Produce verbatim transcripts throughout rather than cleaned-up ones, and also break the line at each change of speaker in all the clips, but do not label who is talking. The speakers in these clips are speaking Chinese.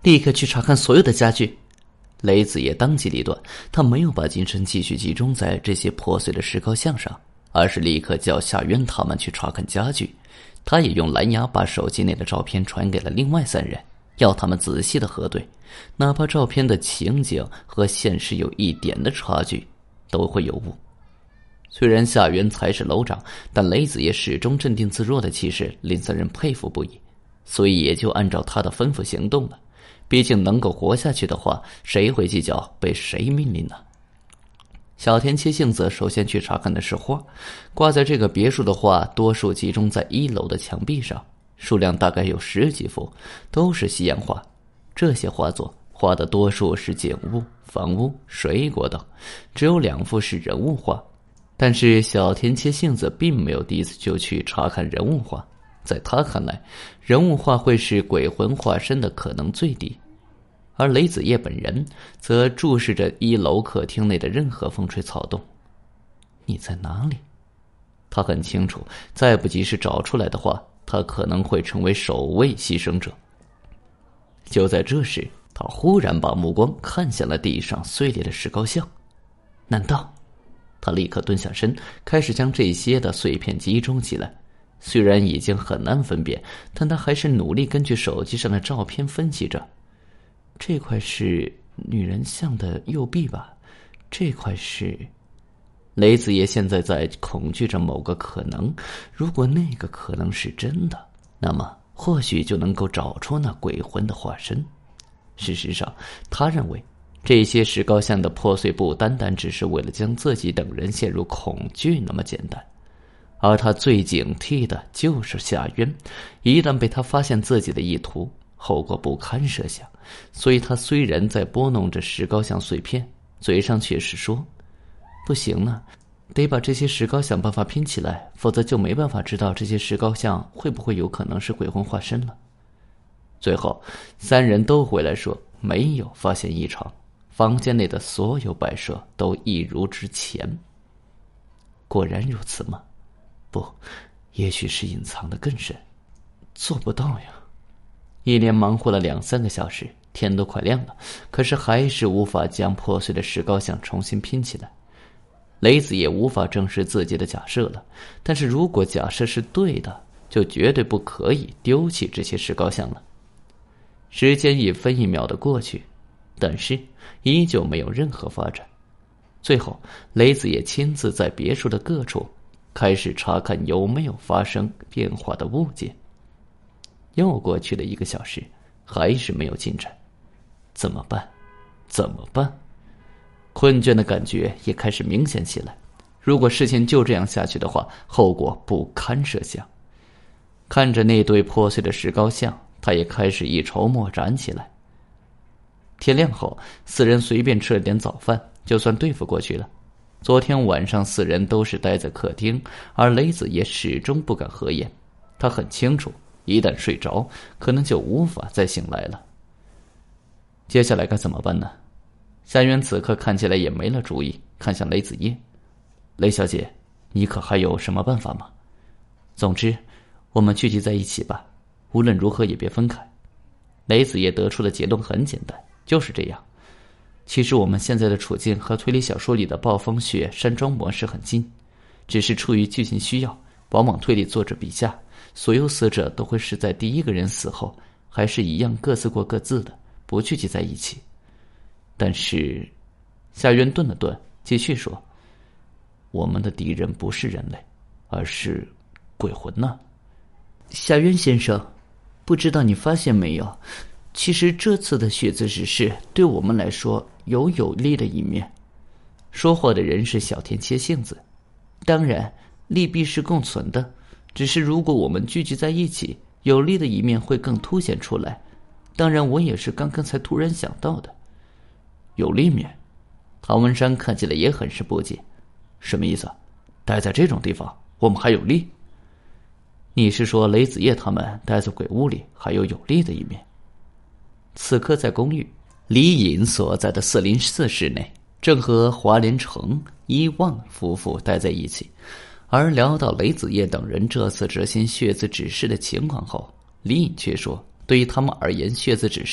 立刻去查看所有的家具。雷子也当机立断，他没有把精神继续集中在这些破碎的石膏像上，而是立刻叫夏渊他们去查看家具。他也用蓝牙把手机内的照片传给了另外三人，要他们仔细的核对，哪怕照片的情景和现实有一点的差距，都会有误。虽然夏渊才是楼长，但雷子也始终镇定自若的气势令三人佩服不已，所以也就按照他的吩咐行动了。毕竟能够活下去的话，谁会计较被谁命令呢？小田切幸则首先去查看的是画，挂在这个别墅的画多数集中在一楼的墙壁上，数量大概有十几幅，都是西洋画。这些画作画的多数是景物、房屋、水果等，只有两幅是人物画。但是小田切幸子并没有第一次就去查看人物画，在他看来，人物画会是鬼魂化身的可能最低。而雷子业本人则注视着一楼客厅内的任何风吹草动。你在哪里？他很清楚，再不及时找出来的话，他可能会成为首位牺牲者。就在这时，他忽然把目光看向了地上碎裂的石膏像。难道？他立刻蹲下身，开始将这些的碎片集中起来。虽然已经很难分辨，但他还是努力根据手机上的照片分析着。这块是女人像的右臂吧？这块是……雷子爷现在在恐惧着某个可能，如果那个可能是真的，那么或许就能够找出那鬼魂的化身。事实上，他认为这些石膏像的破碎不单单只是为了将自己等人陷入恐惧那么简单，而他最警惕的就是夏渊，一旦被他发现自己的意图，后果不堪设想。所以他虽然在拨弄着石膏像碎片，嘴上却是说：不行呢，得把这些石膏想办法拼起来，否则就没办法知道这些石膏像会不会有可能是鬼魂化身了。最后三人都回来说没有发现异常，房间内的所有摆设都一如之前。果然如此吗？不，也许是隐藏的更深。做不到呀。一连忙活了两三个小时，天都快亮了，可是还是无法将破碎的石膏像重新拼起来。雷子也无法证实自己的假设了，但是如果假设是对的，就绝对不可以丢弃这些石膏像了。时间一分一秒的过去，但是依旧没有任何发展。最后雷子也亲自在别墅的各处开始查看有没有发生变化的物件。又过去了一个小时，还是没有进展。怎么办？怎么办？困倦的感觉也开始明显起来。如果事情就这样下去的话，后果不堪设想。看着那堆破碎的石膏像，他也开始一筹莫展起来。天亮后，四人随便吃了点早饭，就算对付过去了。昨天晚上四人都是待在客厅，而雷子也始终不敢合眼。他很清楚，一旦睡着，可能就无法再醒来了。接下来该怎么办呢？夏渊此刻看起来也没了主意，看向雷子夜。雷小姐，你可还有什么办法吗？总之，我们聚集在一起吧，无论如何也别分开。雷子夜得出的结论很简单，就是这样。其实我们现在的处境和推理小说里的暴风雪山庄模式很近，只是出于剧情需要，往往推理作者笔下所有死者都会是在第一个人死后还是一样各自过各自的，不聚集在一起。但是夏渊顿了顿，继续说，我们的敌人不是人类，而是鬼魂呢。夏渊先生，不知道你发现没有，其实这次的血字指示对我们来说有有利的一面。说话的人是小田切幸子，当然利弊是共存的，只是如果我们聚集在一起，有利的一面会更凸显出来。当然我也是刚刚才突然想到的。有利面？唐文山看起来也很是不解，什么意思？待在这种地方我们还有利？你是说雷子夜他们待在鬼屋里还有有利的一面？此刻在公寓，李隐所在的四零四室内正和华连城、伊望夫妇待在一起，而聊到雷子夜等人这次执行血字指示的情况后，李隐却说，对于他们而言，血字指示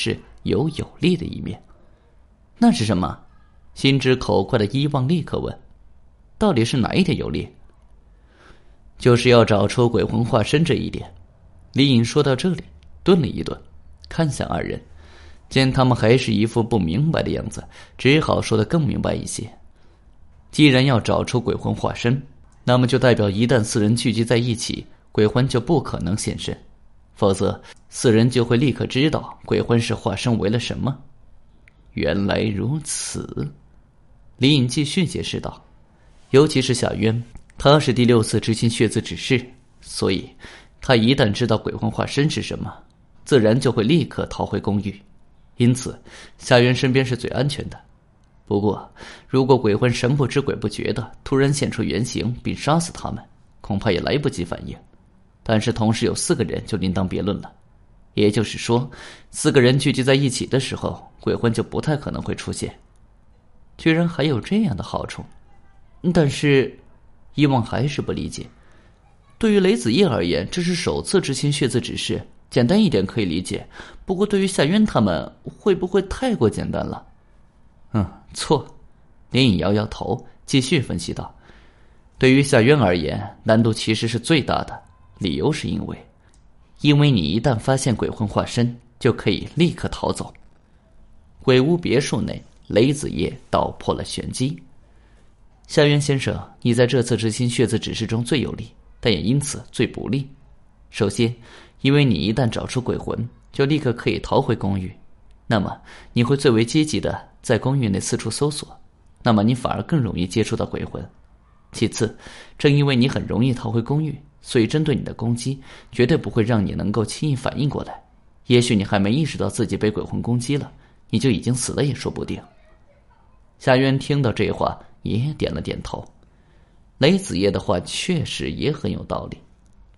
有有利的一面。那是什么？心直口快的伊旺立刻问，到底是哪一点有利？就是要找出鬼魂化身这一点。李隐说到这里顿了一顿，看向二人，见他们还是一副不明白的样子，只好说得更明白一些。既然要找出鬼魂化身，那么就代表一旦四人聚集在一起，鬼魂就不可能现身，否则四人就会立刻知道鬼魂是化身为了什么。原来如此，李隐继续解释道，尤其是夏渊，他是第六次执行血字指示，所以他一旦知道鬼魂化身是什么，自然就会立刻逃回公寓，因此夏渊身边是最安全的。不过如果鬼魂神不知鬼不觉的突然现出原形并杀死他们，恐怕也来不及反应。但是同时有四个人就另当别论了，也就是说四个人聚集在一起的时候，鬼魂就不太可能会出现。居然还有这样的好处。但是伊旺还是不理解，对于雷子叶而言，这是首次执行血字指示，简单一点可以理解，不过对于夏渊他们会不会太过简单了？嗯，错。林隐摇摇头，继续分析道，对于夏渊而言，难度其实是最大的，理由是因为因为你一旦发现鬼魂化身，就可以立刻逃走。鬼屋别墅内，雷子叶道破了玄机。夏渊先生，你在这次执行血字指示中最有利，但也因此最不利。首先，因为你一旦找出鬼魂，就立刻可以逃回公寓，那么你会最为积极的在公寓内四处搜索，那么你反而更容易接触到鬼魂。其次，正因为你很容易逃回公寓，所以针对你的攻击绝对不会让你能够轻易反应过来，也许你还没意识到自己被鬼魂攻击了，你就已经死了也说不定。夏渊听到这话也点了点头，雷子叶的话确实也很有道理。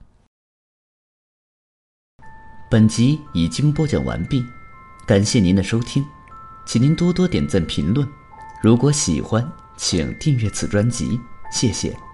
本集已经播讲完毕，感谢您的收听，请您多多点赞评论，如果喜欢请订阅此专辑，谢谢。